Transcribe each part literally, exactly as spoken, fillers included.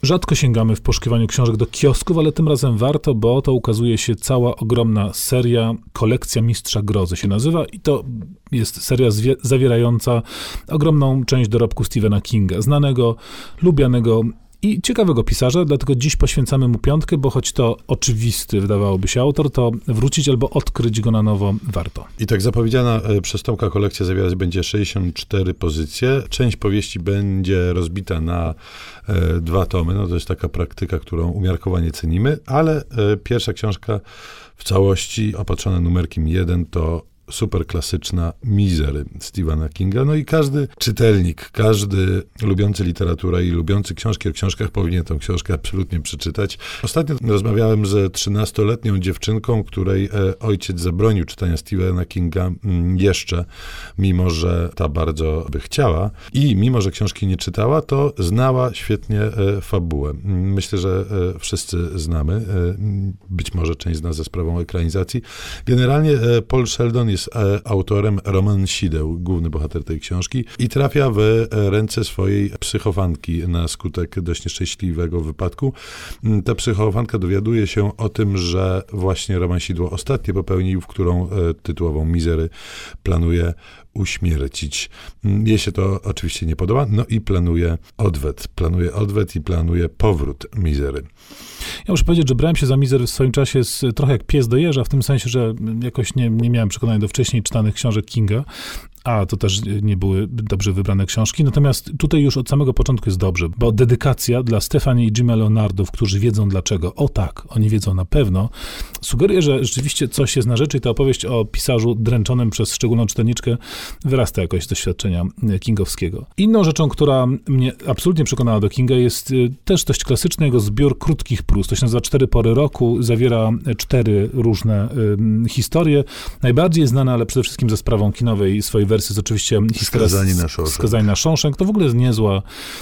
Rzadko sięgamy w poszukiwaniu książek do kiosków, ale tym razem warto, bo to ukazuje się cała ogromna seria, kolekcja Mistrza Grozy się nazywa i to jest seria zwie- zawierająca ogromną część dorobku Stephena Kinga, znanego, lubianego i ciekawego pisarza, dlatego dziś poświęcamy mu piątkę, bo choć to oczywisty, wydawałoby się, autor, to wrócić albo odkryć go na nowo warto. I tak zapowiedziana e, przez Tomka kolekcja zawierać będzie sześćdziesiąt cztery pozycje. Część powieści będzie rozbita na e, dwa tomy. No to jest taka praktyka, którą umiarkowanie cenimy, ale e, pierwsza książka w całości opatrzona numerkiem jeden to super klasyczna Misery Stephena Kinga. No i każdy czytelnik, każdy lubiący literaturę i lubiący książki o książkach powinien tę książkę absolutnie przeczytać. Ostatnio rozmawiałem ze trzynastoletnią dziewczynką, której e, ojciec zabronił czytania Stephena Kinga m, jeszcze, mimo że ta bardzo by chciała. I mimo że książki nie czytała, to znała świetnie e, fabułę. Myślę, że e, wszyscy znamy. E, być może część z nas ze sprawą ekranizacji. Generalnie e, Paul Sheldon jest autorem Roman Sideł, główny bohater tej książki, i trafia w ręce swojej psychofanki na skutek dość nieszczęśliwego wypadku. Ta psychofanka dowiaduje się o tym, że właśnie Roman Sidło ostatnio popełnił, w którą tytułową Misery planuje uśmiercić. Jej się to oczywiście nie podoba, no i planuje odwet. Planuje odwet i planuje powrót Misery. Ja muszę powiedzieć, że brałem się za Misery w swoim czasie z, trochę jak pies do jeża, w tym sensie, że jakoś nie, nie miałem przekonania do wcześniej czytanych książek Kinga, a to też nie były dobrze wybrane książki. Natomiast tutaj już od samego początku jest dobrze, bo dedykacja dla Stephanie i Jima Leonardów, którzy wiedzą dlaczego, o tak, oni wiedzą na pewno, sugeruje, że rzeczywiście coś jest na rzeczy i ta opowieść o pisarzu dręczonym przez szczególną czytelniczkę wyrasta jakoś z doświadczenia kingowskiego. Inną rzeczą, która mnie absolutnie przekonała do Kinga, jest też dość klasyczny jego zbiór krótkich prós. To się nazywa Cztery pory roku, zawiera cztery różne y, historie. Najbardziej znane, ale przede wszystkim ze sprawą kinowej swojej wersji jest oczywiście historia Skazani na Shawshank. Skazani na Shawshank. To w ogóle jest niezła,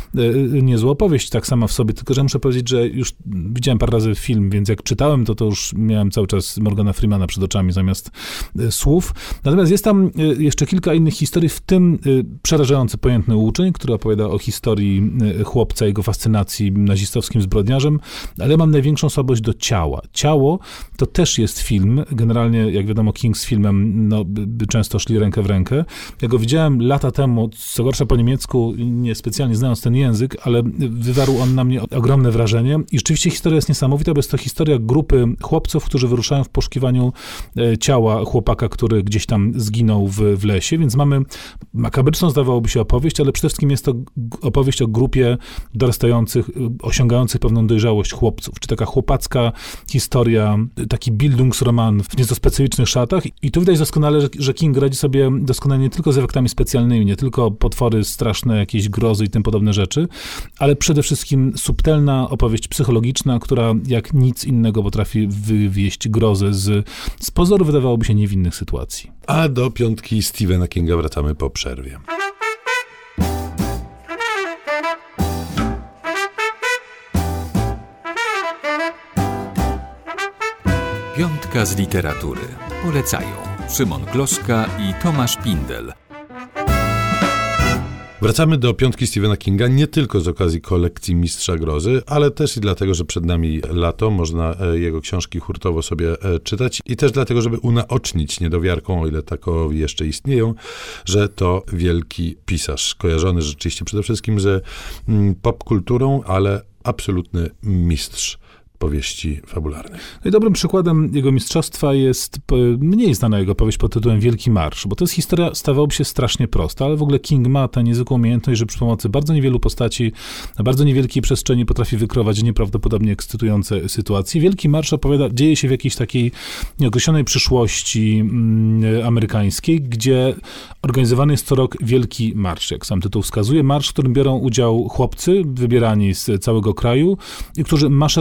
y, niezła opowieść tak sama w sobie, tylko że muszę powiedzieć, że już widziałem parę razy film, więc jak czytałem, to to już miałem cały czas Morgana Freemana przed oczami zamiast y, słów. Natomiast jest tam y, jeszcze kilka innych historii, w tym y, przerażający pojętny uczeń, który opowiada o historii y, chłopca, jego fascynacji nazistowskim zbrodniarzem, ale ja mam największą słabość do ciała. Ciało to też jest film. Generalnie, jak wiadomo, King z filmem no, by często szli rękę w rękę. Ja go widziałem lata temu, co gorsza po niemiecku, nie specjalnie znając ten język, ale wywarł on na mnie ogromne wrażenie. I rzeczywiście historia jest niesamowita, bo jest to historia grupy chłopców, którzy wyruszają w poszukiwaniu ciała chłopaka, który gdzieś tam zginął w, w lesie, więc mamy makabryczną, zdawałoby się, opowieść, ale przede wszystkim jest to opowieść o grupie dorastających, osiągających pewną dojrzałość chłopców, czy taka chłopacka historia, taki Bildungsroman w nieco specyficznych szatach. I tu widać doskonale, że, że King radzi sobie doskonale nie tylko z efektami specjalnymi, nie tylko potwory straszne, jakieś grozy i tym podobne rzeczy, ale przede wszystkim subtelna opowieść psychologiczna, która jak nic innego potrafi wywieść grozę z, z pozoru wydawałoby się niewinnych sytuacji. A do piątki Stephena Kinga wracamy po przerwie. Piątka z literatury. Polecają Szymon Gloszka i Tomasz Pindel. Wracamy do piątki Stephena Kinga nie tylko z okazji kolekcji Mistrza Grozy, ale też i dlatego, że przed nami lato, można jego książki hurtowo sobie czytać i też dlatego, żeby unaocznić niedowiarką, o ile takowi jeszcze istnieją, że to wielki pisarz, kojarzony rzeczywiście przede wszystkim ze popkulturą, ale absolutny mistrz powieści fabularnych. No i dobrym przykładem jego mistrzostwa jest mniej znana jego powieść pod tytułem Wielki Marsz, bo to jest historia, stawałoby się strasznie prosta, ale w ogóle King ma tę niezwykłą umiejętność, że przy pomocy bardzo niewielu postaci, na bardzo niewielkiej przestrzeni potrafi wykreować nieprawdopodobnie ekscytujące sytuacje. Wielki Marsz opowiada, dzieje się w jakiejś takiej nieokreślonej przyszłości mm, amerykańskiej, gdzie organizowany jest co rok Wielki Marsz, jak sam tytuł wskazuje. Marsz, w którym biorą udział chłopcy wybierani z całego kraju i którzy maszerują tak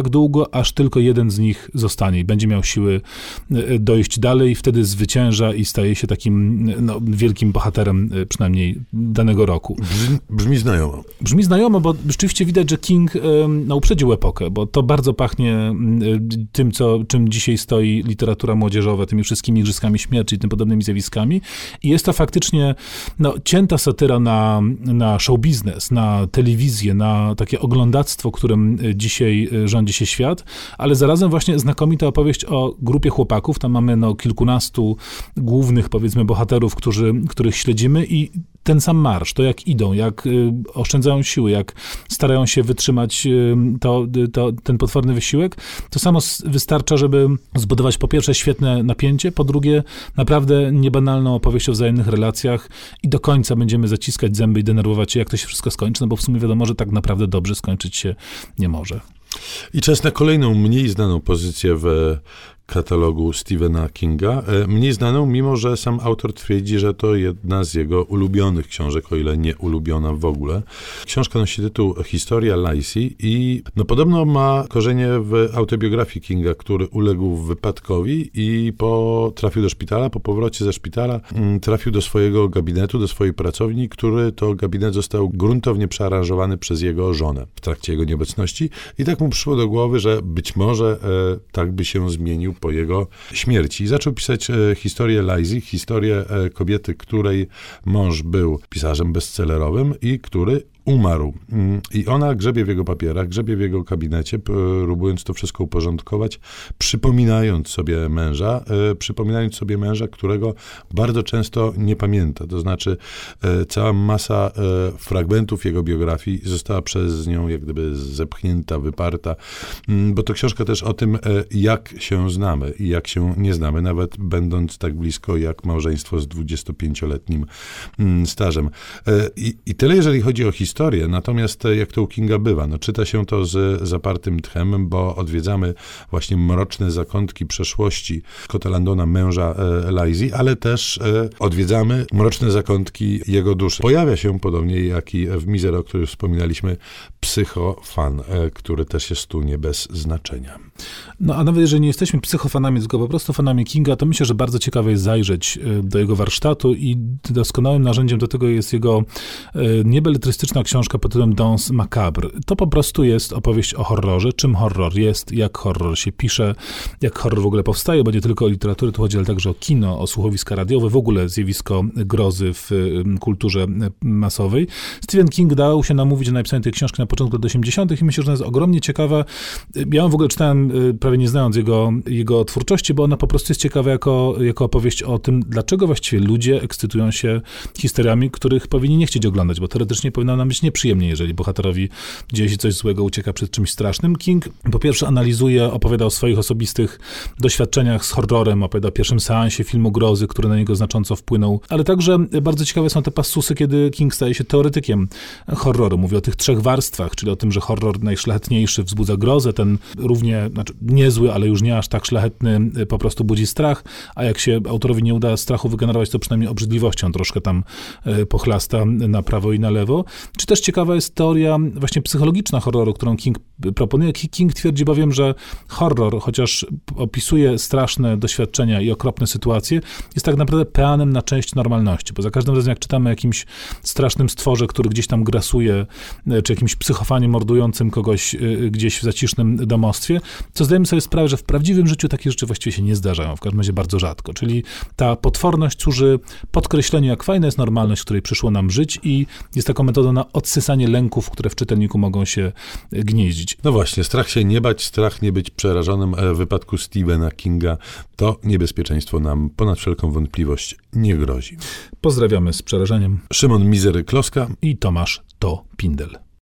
tak długo, aż tylko jeden z nich zostanie i będzie miał siły dojść dalej, wtedy zwycięża i staje się takim no, wielkim bohaterem przynajmniej danego roku. Brzmi, brzmi znajomo. Brzmi znajomo, bo rzeczywiście widać, że King no, uprzedził epokę, bo to bardzo pachnie tym, co, czym dzisiaj stoi literatura młodzieżowa, tymi wszystkimi igrzyskami śmierci i tym podobnymi zjawiskami. I jest to faktycznie no, cięta satyra na, na show biznes, na telewizję, na takie oglądactwo, którym dzisiaj rządzi się świat, ale zarazem właśnie znakomita opowieść o grupie chłopaków. Tam mamy no, kilkunastu głównych, powiedzmy, bohaterów, którzy, których śledzimy i ten sam marsz, to jak idą, jak y, oszczędzają siły, jak starają się wytrzymać y, to, to, ten potworny wysiłek, to samo wystarcza, żeby zbudować po pierwsze świetne napięcie, po drugie naprawdę niebanalną opowieść o wzajemnych relacjach i do końca będziemy zaciskać zęby i denerwować się, jak to się wszystko skończy, no bo w sumie wiadomo, że tak naprawdę dobrze skończyć się nie może. I czas na kolejną, mniej znaną pozycję w katalogu Stephena Kinga. Mniej znaną, mimo że sam autor twierdzi, że to jedna z jego ulubionych książek, o ile nie ulubiona w ogóle. Książka nosi tytuł Historia Lacey i no, podobno ma korzenie w autobiografii Kinga, który uległ wypadkowi i po, trafił do szpitala. Po powrocie ze szpitala m, trafił do swojego gabinetu, do swojej pracowni, który to gabinet został gruntownie przearanżowany przez jego żonę w trakcie jego nieobecności i tak mu przyszło do głowy, że być może e, tak by się zmienił po jego śmierci. I zaczął pisać e, historię Lacey, historię e, kobiety, której mąż był pisarzem bestsellerowym i który umarł. I ona grzebie w jego papierach, grzebie w jego gabinecie, próbując to wszystko uporządkować, przypominając sobie męża, e, przypominając sobie męża, którego bardzo często nie pamięta. To znaczy e, cała masa e, fragmentów jego biografii została przez nią jak gdyby zepchnięta, wyparta, m, bo to książka też o tym, e, jak się znamy i jak się nie znamy, nawet będąc tak blisko jak małżeństwo z dwudziestopięcioletnim m, stażem. E, i, I tyle, jeżeli chodzi o historię, historię. Natomiast jak to u Kinga bywa, no, czyta się to z zapartym tchem, bo odwiedzamy właśnie mroczne zakątki przeszłości Scotta Landona, męża e, Lacey, ale też e, odwiedzamy mroczne zakątki jego duszy. Pojawia się podobnie jak i w Misery, o którym wspominaliśmy, psychofan, e, który też jest tu nie bez znaczenia. No a nawet jeżeli nie jesteśmy psychofanami, tylko po prostu fanami Kinga, to myślę, że bardzo ciekawe jest zajrzeć do jego warsztatu i doskonałym narzędziem do tego jest jego niebeletrystyczna książka pod tytułem Danse Macabre. To po prostu jest opowieść o horrorze, czym horror jest, jak horror się pisze, jak horror w ogóle powstaje, bo nie tylko o literaturę tu chodzi, ale także o kino, o słuchowiska radiowe, w ogóle zjawisko grozy w kulturze masowej. Stephen King dał się namówić na napisanie tej książki na początku lat osiemdziesiątych i myślę, że ona jest ogromnie ciekawa. Ja ją w ogóle czytałem prawie nie znając jego, jego twórczości, bo ona po prostu jest ciekawa jako, jako opowieść o tym, dlaczego właściwie ludzie ekscytują się historiami, których powinni nie chcieć oglądać, bo teoretycznie powinno nam być nieprzyjemnie, jeżeli bohaterowi dzieje się coś złego, ucieka przed czymś strasznym. King po pierwsze analizuje, opowiada o swoich osobistych doświadczeniach z horrorem, opowiada o pierwszym seansie filmu grozy, który na niego znacząco wpłynął, ale także bardzo ciekawe są te passusy, kiedy King staje się teoretykiem horroru. Mówi o tych trzech warstwach, czyli o tym, że horror najszlachetniejszy wzbudza grozę, ten równie, znaczy niezły, ale już nie aż tak szlachetny, po prostu budzi strach, a jak się autorowi nie uda strachu wygenerować, to przynajmniej obrzydliwością troszkę tam pochlasta na prawo i na lewo. Czy też ciekawa jest teoria właśnie psychologiczna horroru, którą King proponuje. King twierdzi bowiem, że horror, chociaż opisuje straszne doświadczenia i okropne sytuacje, jest tak naprawdę peanem na część normalności, bo za każdym razem jak czytamy o jakimś strasznym stworze, który gdzieś tam grasuje, czy jakimś psychofanie mordującym kogoś gdzieś w zacisznym domostwie, to zdajemy sobie sprawę, że w prawdziwym życiu takie rzeczy właściwie się nie zdarzają, w każdym razie bardzo rzadko. Czyli ta potworność służy podkreśleniu, jak fajna jest normalność, w której przyszło nam żyć i jest taką metodą na odsysanie lęków, które w czytelniku mogą się gnieździć. No właśnie, strach się nie bać, strach nie być przerażonym. W wypadku Stephena Kinga to niebezpieczeństwo nam ponad wszelką wątpliwość nie grozi. Pozdrawiamy z przerażeniem. Szymon Misery-Kloska i Tomasz To Pindel.